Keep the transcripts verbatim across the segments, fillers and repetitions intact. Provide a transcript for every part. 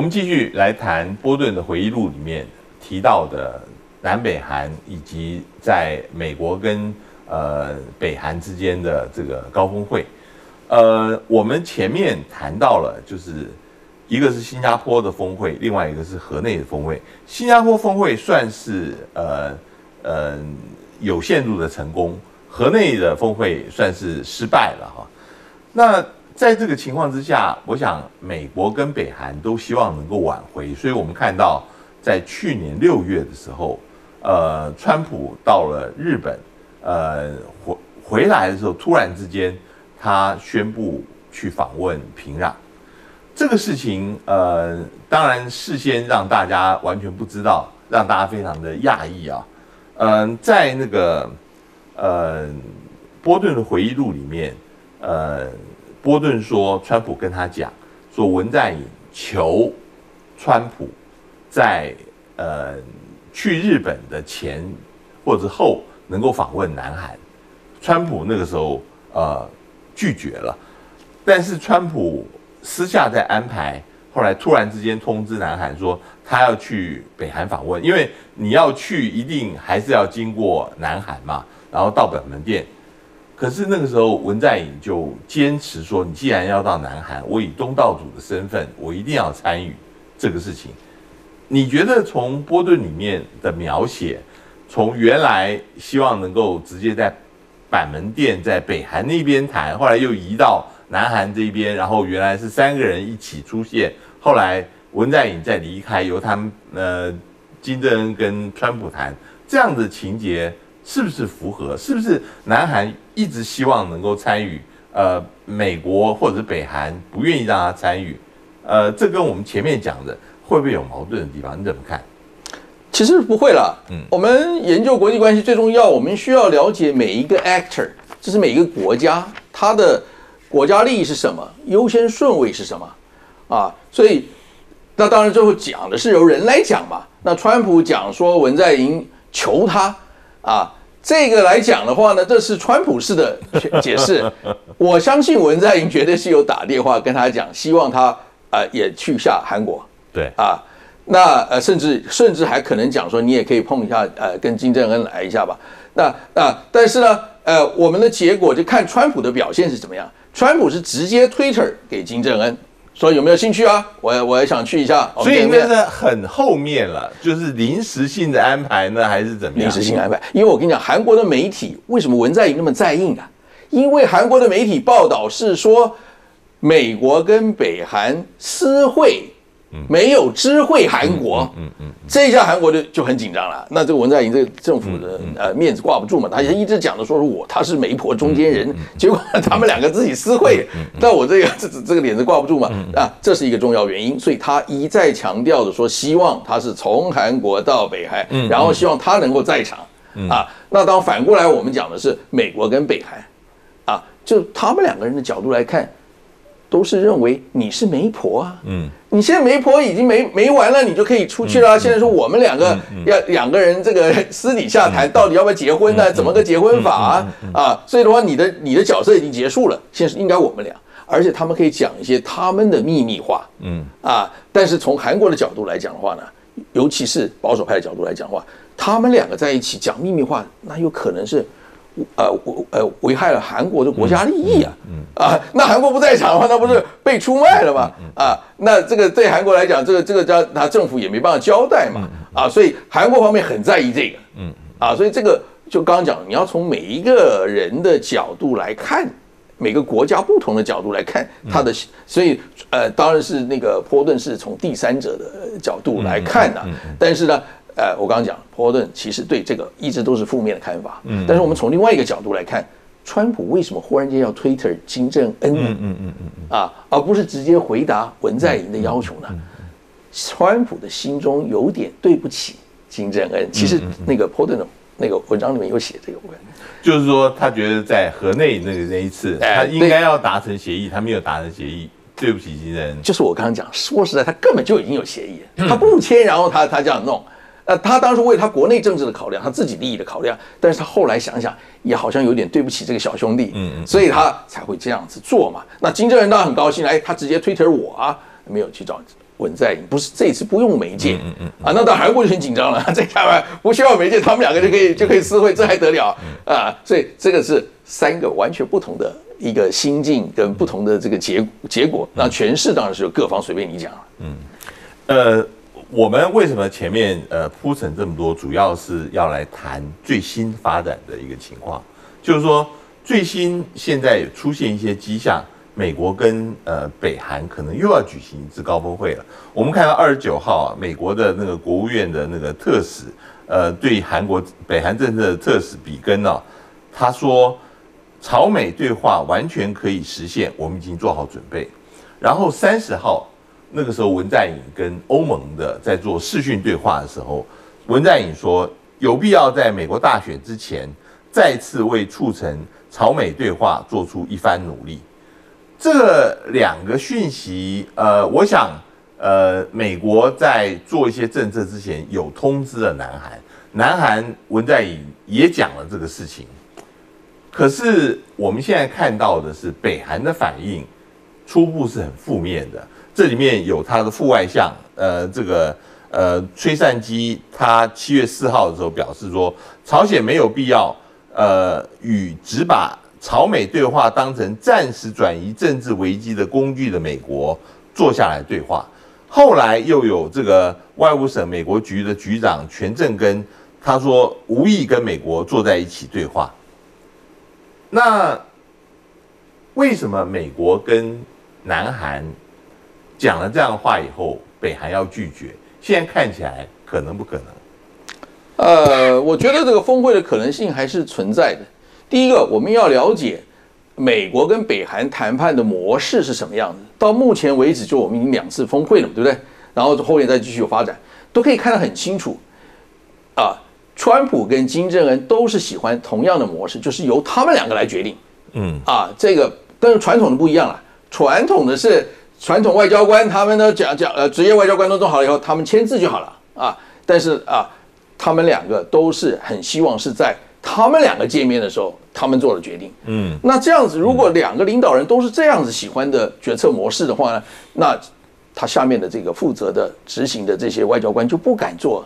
我们继续来谈波顿的回忆录里面提到的南北韩以及在美国跟呃北韩之间的这个高峰会。呃，我们前面谈到了，就是一个是新加坡的峰会，另外一个是河内的峰会。新加坡峰会算是呃呃有限度的成功，河内的峰会算是失败了哈。那在这个情况之下，我想美国跟北韩都希望能够挽回，所以我们看到在去年六月的时候，呃，川普到了日本，呃，回回来的时候，突然之间他宣布去访问平壤，这个事情，呃，当然事先让大家完全不知道，让大家非常的讶异啊，嗯、呃，在那个呃波顿的回忆录里面，呃。波顿说，川普跟他讲说，文在寅求川普在呃去日本的前或者后能够访问南韩，川普那个时候呃拒绝了，但是川普私下在安排，后来突然之间通知南韩说他要去北韩访问，因为你要去一定还是要经过南韩嘛，然后到本门店。可是那个时候，文在寅就坚持说：“你既然要到南韩，我以东道主的身份，我一定要参与这个事情。”你觉得从波顿里面的描写，从原来希望能够直接在板门店在北韩那边谈，后来又移到南韩这边，然后原来是三个人一起出现，后来文在寅再离开，由他们呃金正恩跟川普谈，这样的情节。是不是符合？是不是南韩一直希望能够参与？呃，美国或者是北韩不愿意让他参与？呃，这跟我们前面讲的会不会有矛盾的地方？你怎么看？ 其实不会啦。嗯，我们研究国际关系最重要，我们需要了解每一个 actor， 这是每一个国家它的国家利益是什么，优先顺位是什么啊？所以，那当然最后讲的是由人来讲嘛。那川普讲说文在寅求他。啊，这个来讲的话呢，这是川普式的解释。我相信文在寅绝对是有打电话跟他讲，希望他呃也去下韩国。 对啊，那呃甚至甚至还可能讲说，你也可以碰一下呃跟金正恩来一下吧。那那但是呢，呃我们的结果就看川普的表现是怎么样。川普是直接 Twitter 给金正恩。说有没有兴趣啊？我我也想去一下。 所以那是很后面了，就是临时性的安排呢，还是怎么样？ 临时性安排，因为我跟你讲，韩国的媒体为什么文在寅那么在意呢？因为韩国的媒体报道是说，美国跟北韩私会，没有知会韩国，嗯嗯，这一下韩国就就很紧张了。那这个文在寅这个政府的呃面子挂不住嘛，他一直讲的说是我他是媒婆中间人，结果他们两个自己私会，那我这个这这个脸子挂不住嘛啊，这是一个重要原因，所以他一再强调的说，希望他是从韩国到北韩，然后希望他能够在场啊。那当反过来我们讲的是美国跟北韩啊，就他们两个人的角度来看。都是认为你是媒婆啊，嗯，你现在媒婆已经没没完了，你就可以出去了。现在说我们两个要两个人这个私底下谈到底要不要结婚呢？怎么个结婚法啊？啊，所以的话，你的你的角色已经结束了，现在是应该我们俩，而且他们可以讲一些他们的秘密话，嗯啊，但是从韩国的角度来讲的话呢，尤其是保守派的角度来讲的话，他们两个在一起讲秘密话，那有可能是。呃，呃，危害了韩国的国家利益啊！啊，那韩国不在场的话，那不是被出卖了吗？啊，那这个对韩国来讲，这个这个叫他政府也没办法交代嘛！啊，所以韩国方面很在意这个，嗯，啊，所以这个就刚刚讲，你要从每一个人的角度来看，每个国家不同的角度来看他的，所以呃，当然是那个波顿是从第三者的角度来看的，但是呢。呃，我刚刚讲，波顿其实对这个一直都是负面的看法。嗯，但是我们从另外一个角度来看，川普为什么忽然间要 Twitter 金正恩呢？嗯嗯嗯嗯啊，而不是直接回答文在寅的要求呢？川普的心中有点对不起金正恩。其实那个波顿的那个文章里面有写这个， 就是说他觉得在河内那个那一次，他应该要达成协议，他没有达成协议。对不起金正恩。 就是我刚刚讲，说实在，他根本就已经有协议了，他不签，然后他他这样弄。呃，他当时为他国内政治的考量，他自己利益的考量，但是他后来想想，也好像有点对不起这个小兄弟，嗯，所以他才会这样子做嘛。那金正恩当然很高兴，哎，他直接推特我啊，没有去找文在寅，不是这一次不用媒介，嗯嗯啊，那到韩国就很紧张了，这看完不需要媒介，他们两个就可以就可以私会，这还得了啊？所以这个是三个完全不同的一个心境跟不同的这个结结果，那诠释当然是有各方随便你讲了。 嗯，呃，我们为什么前面呃铺陈这么多，主要是要来谈最新发展的一个情况，就是说最新现在有出现一些迹象，美国跟呃北韩可能又要举行一次高峰会了。我们看到二十九号啊，美国的那个国务院的那个特使，呃，对韩国北韩政策的特使比根啊，他说朝美对话完全可以实现，我们已经做好准备。然后三十号那个时候，文在寅跟欧盟的在做视讯对话的时候，文在寅说有必要在美国大选之前再次为促成朝美对话做出一番努力。这两个讯息，呃，我想，呃，美国在做一些政策之前有通知了南韩，南韩文在寅也讲了这个事情。可是我们现在看到的是北韩的反应，初步是很负面的。这里面有他的副外相，呃，这个呃崔善基，他七月四号的时候表示说，朝鲜没有必要，呃，与只把朝美对话当成暂时转移政治危机的工具的美国坐下来对话。后来又有这个外务省美国局的局长全正根，他说无意跟美国坐在一起对话。那为什么美国跟南韩讲了这样的话以后，北韩要拒绝？现在看起来可能不可能？ 呃，我觉得这个峰会的可能性还是存在的。第一个，我们要了解美国跟北韩谈判的模式是什么样子。到目前为止，就我们已经两次峰会了，对不对？然后后面再继续有发展，都可以看得很清楚。啊，川普跟金正恩都是喜欢同样的模式，就是由他们两个来决定。嗯，啊，这个跟传统的不一样了。传统的是传统外交官，他们呢讲讲呃，职业外交官都做好了以后，他们签字就好了啊。但是啊，他们两个都是很希望是在他们两个见面的时候，他们做了决定。嗯，那这样子，如果两个领导人都是这样子喜欢的决策模式的话呢，那他下面的这个负责的执行的这些外交官就不敢做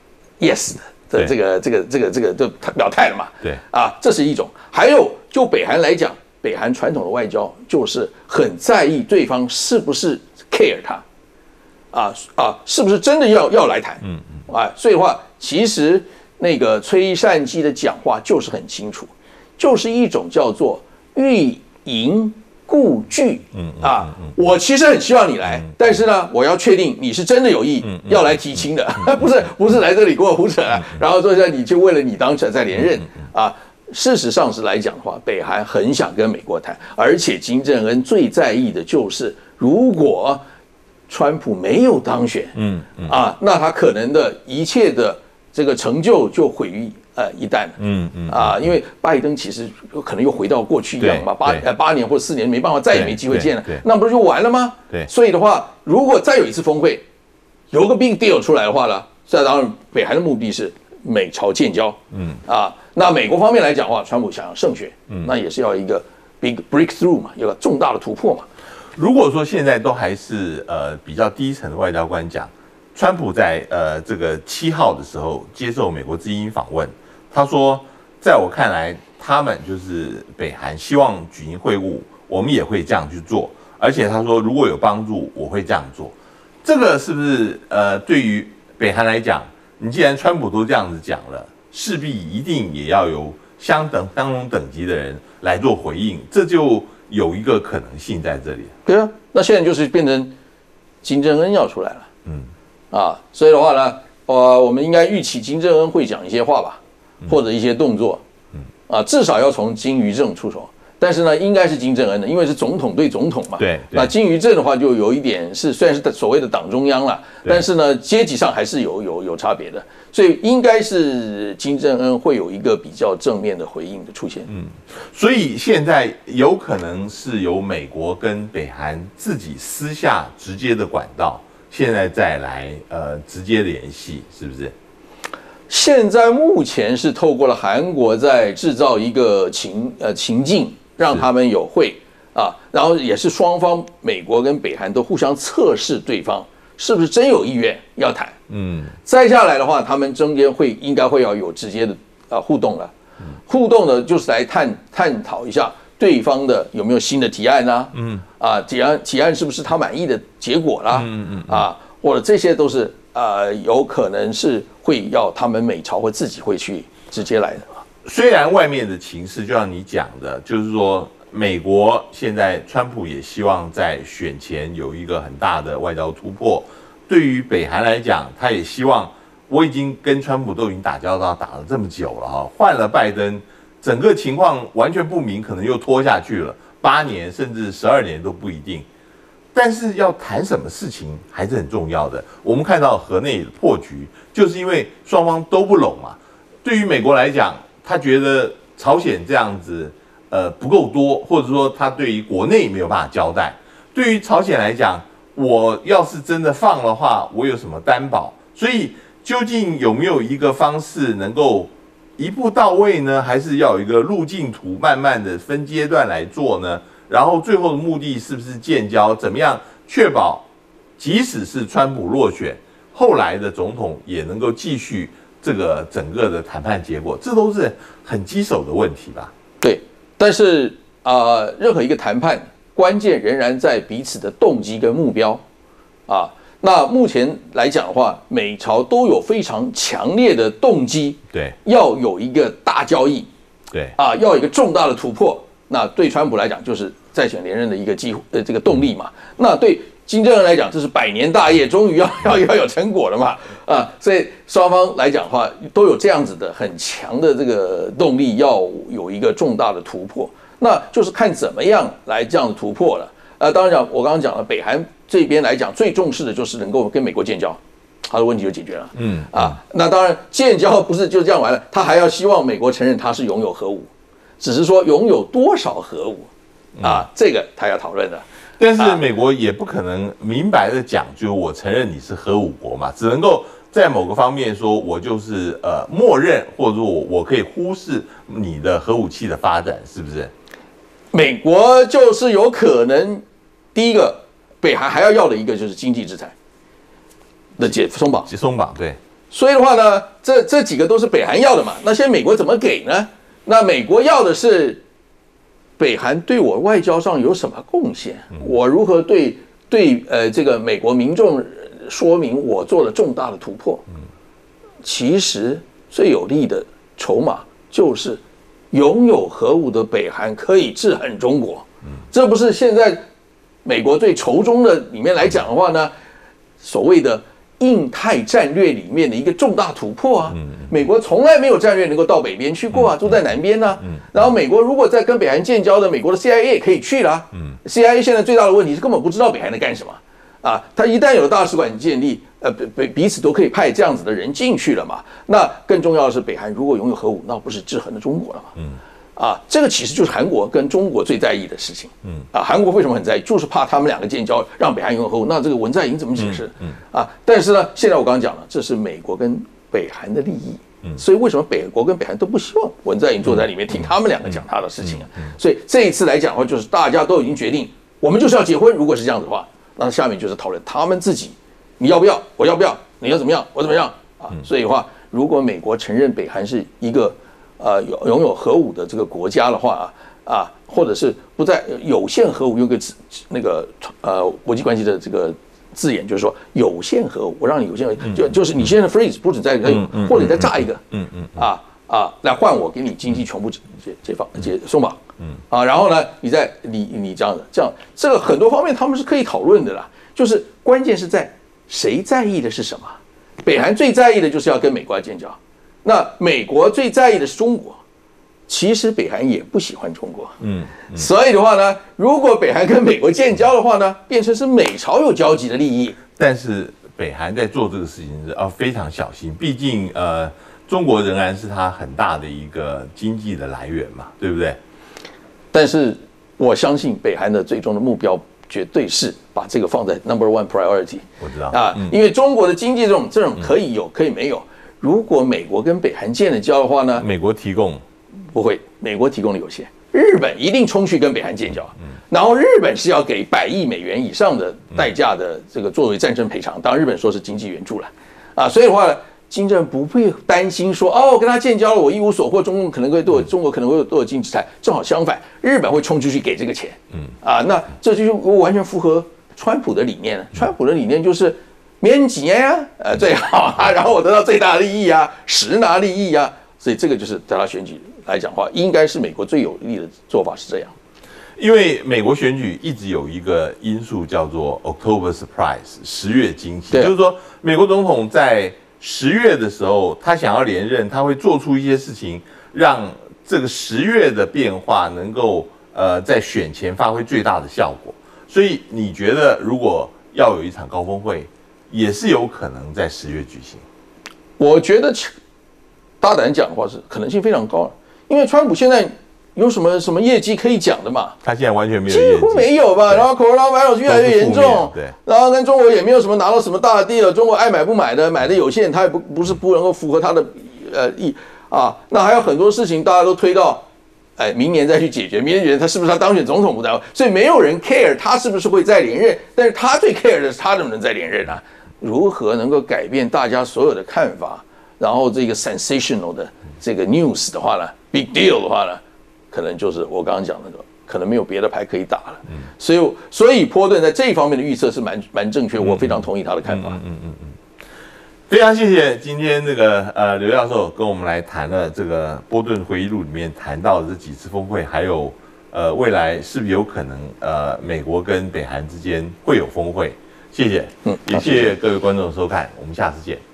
yes 的这个这个这个这个就表态了嘛。 对啊，这是一种。还有就北韩来讲，北韩传统的外交就是很在意对方是不是 care 他，啊啊，是不是真的要要来谈？嗯嗯，啊，所以的话，其实那个崔善基的讲话就是很清楚，就是一种叫做欲迎故拒。嗯啊，我其实很希望你来，但是呢，我要确定你是真的有意要来提亲的，不是不是来这里给我胡扯，然后说一下你就为了你当选再连任啊。事实上是来讲的话，北韩很想跟美国谈，而且金正恩最在意的就是，如果川普没有当选，嗯啊，那他可能的一切的这个成就就毁于呃一旦，嗯嗯啊，因为拜登其实可能又回到过去一样嘛，八呃八年或四年没办法，再也没机会见了，那不是就完了吗？ 对， 所以的话，如果再有一次峰会，有个 big deal 出来的话呢，这当然北韩的目的是美朝建交，嗯啊，那美国方面来讲的话，川普想要胜选，嗯，那也是要一个 big breakthrough 嘛，有个重大的突破嘛。 如果说现在都还是呃比较低层的外交官讲，川普在呃这个七号的时候接受美国之音访问，他说，在我看来，他们就是北韩希望举行会晤，我们也会这样去做，而且他说如果有帮助，我会这样做。这个是不是呃对于北韩来讲？你既然川普都这样子讲了，势必一定也要有相等相同等级的人来做回应，这就有一个可能性在这里。 对啊，那现在就是变成金正恩要出来了，嗯，啊，所以的话呢，呃，我们应该预期金正恩会讲一些话吧，或者一些动作，嗯，啊，至少要从金与正出手。但是呢，应该是金正恩的，因为是总统对总统嘛。 对。 那金与正的话，就有一点是虽然是所谓的党中央了，但是呢，阶级上还是有有有差别的，所以应该是金正恩会有一个比较正面的回应的出现。 嗯，所以现在有可能是由美国跟北韩自己私下直接的管道，现在再来呃直接联系，是不是？ 现在目前是透过了韩国在制造一个情呃情境。让他们有会啊，然后也是双方美国跟北韩都互相测试对方是不是真有意愿要谈？ 嗯， 再下来的话，他们中间会应该会要有直接的啊互动了。互动呢，就是来探探讨一下对方的有没有新的提案啦、啊，嗯，啊，提案提案是不是他满意的结果啦，嗯嗯啊，或者这些都是呃有可能是会要他们美朝会自己会去直接来的。 虽然外面的情势就像你讲的，就是说美国现在川普也希望在选前有一个很大的外交突破，对于北韩来讲，他也希望。我已经跟川普都已经打交道打了这么久了哈，换了拜登，整个情况完全不明，可能又拖下去了八年甚至十二年都不一定。但是要谈什么事情还是很重要的。我们看到河内破局，就是因为双方都不拢嘛。对于美国来讲，他觉得朝鲜这样子呃不够多，或者说他对于国内没有办法交代。对于朝鲜来讲，我要是真的放的话，我有什么担保？所以。究竟有没有一个方式能够一步到位呢？还是要有一个路径图，慢慢的分阶段来做呢？然后最后的目的是不是建交？怎么样确保即使是川普落选，后来的总统也能够继续这个整个的谈判结果？这都是很棘手的问题吧？ 对，但是啊、呃，任何一个谈判关键仍然在彼此的动机跟目标啊。那目前来讲的话，美朝都有非常强烈的动机， 对， 要有一个大交易， 对啊，要有一个重大的突破。那对川普来讲，就是再选连任的一个机会，呃，这个动力嘛。那对金正恩来讲，这是百年大业，终于要要要有成果了嘛，啊，所以双方来讲的话，都有这样子的很强的这个动力，要有一个重大的突破。那就是看怎么样来这样的突破了。呃，当然讲，我刚刚讲了，北韩这边来讲，最重视的就是能够跟美国建交，他的问题就解决了。嗯啊，那当然建交不是就这样完了，他还要希望美国承认他是拥有核武，只是说拥有多少核武啊，这个他要讨论的。 但是美国也不可能明白的讲，就是我承认你是核武国嘛，只能够在某个方面说，我就是呃默认，或者说我我可以忽视你的核武器的发展，是不是？ 美国就是有可能，第一个，北韩还要要的一个就是经济制裁的解松绑， 松绑对。 所以的话呢，这这几个都是北韩要的嘛。那现在美国怎么给呢？那美国要的是北韩对我外交上有什么贡献？我如何对对呃这个美国民众说明我做了重大的突破？其实最有力的筹码就是拥有核武的北韩可以制衡中国。这不是现在美国最仇中的里面来讲的话呢，所谓的印太战略里面的一个重大突破啊。美国从来没有战略能够到北边去过啊，都在南边啊。然后美国如果在跟北韩建交的，美国的 C I A 也可以去啦。C I A 现在最大的问题是根本不知道北韩在干什么啊。他一旦有大使馆建立，呃，彼彼此都可以派这样子的人进去了嘛。那更重要的是，北韩如果拥有核武，那不是制衡了中国了吗？啊，这个其实就是韩国跟中国最在意的事情。嗯，啊，韩国为什么很在意？就是怕他们两个建交，让北韩拥有核武。那这个文在寅怎么解释？嗯，嗯啊，但是呢，现在我刚刚讲了，这是美国跟北韩的利益。嗯，所以为什么美国跟北韩都不希望文在寅坐在里面听他们两个讲他的事情啊？所以这一次来讲的话，就是大家都已经决定，我们就是要结婚。如果是这样子的话，那下面就是讨论他们自己，你要不要？我要不要？你要怎么样？我怎么样？啊，所以的话，如果美国承认北韩是一个呃，有拥有核武的这个国家的话啊，啊，或者是不在有限核武，用个那个呃国际关系的这个字眼，就是说有限核武，我让你有限核武，就就是你现在的 freeze 不准再用，或者你再炸一个，嗯嗯啊啊，来换我给你经济全部解解放解松绑，嗯啊，然后呢，你再你你这样的这样，这个很多方面他们是可以讨论的啦，就是关键是在谁在意的是什么？北韩最在意的就是要跟美国建交。那美国最在意的是中国，其实北韩也不喜欢中国，嗯，嗯所以的话呢，如果北韩跟美国建交的话呢，变成是美朝有交集的利益。 但是北韩在做这个事情是要非常小心，毕竟呃，中国仍然是它很大的一个经济的来源嘛，对不对？ 但是我相信北韩的最终的目标绝对是把这个放在 number one priority。 我知道啊，嗯、因为中国的经济这种这种可以有可以没有。如果美国跟北韩建了交的话呢？ 美国提供不会，美国提供的有限，日本一定冲去跟北韩建交。嗯、 然后日本是要给百亿美元以上的代价的这个作为战争赔偿，当然日本说是经济援助了，啊，所以的话，金正恩不会担心说哦，跟他建交了，我一无所获，中共可能会对我，中国可能会对我经济制裁，正好相反，日本会冲出去给这个钱，嗯，啊，那这就是完全符合川普的理念，川普的理念就是免几年呀，呃，最好啊，然后我得到最大的利益啊，实拿利益啊，所以这个就是在他选举来讲的话，应该是美国最有利的做法是这样。 因为美国选举一直有一个因素叫做 October Surprise 十月惊喜，就是说美国总统在十月的时候，他想要连任，他会做出一些事情，让这个十月的变化能够呃在选前发挥最大的效果。所以你觉得如果要有一场高峰会，也是有可能在十月举行？ 我觉得大胆讲的话是可能性非常高，因为川普现在有什么什么业绩可以讲的嘛？ 他现在完全没有业绩， 几乎没有吧。然后 coronavirus 越来越严重， 对， 然后跟中国也没有什么拿到什么大的 deal， 中国爱买不买的，买的有限，他也不不是不能够符合他的呃意啊。那还有很多事情大家都推到哎明年再去解决，明年解决他是不是他当选总统不在乎，所以没有人 care 他是不是会再连任，但是他最 care 的是他能不能再连任啊？如何能够改变大家所有的看法？然后这个 sensational 的这个 news 的话呢 ，big deal 的话呢？可能就是我刚刚讲的，可能没有别的牌可以打了。嗯，所以所以波顿在这一方面的预测是蛮蛮正确，我非常同意他的看法。嗯嗯嗯嗯， 非常谢谢今天这个呃刘教授跟我们来谈了这个波顿回忆录里面谈到的这几次峰会，还有呃未来是不是有可能呃美国跟北韩之间会有峰会？谢谢，嗯，也谢谢各位观众的收看，我们下次见。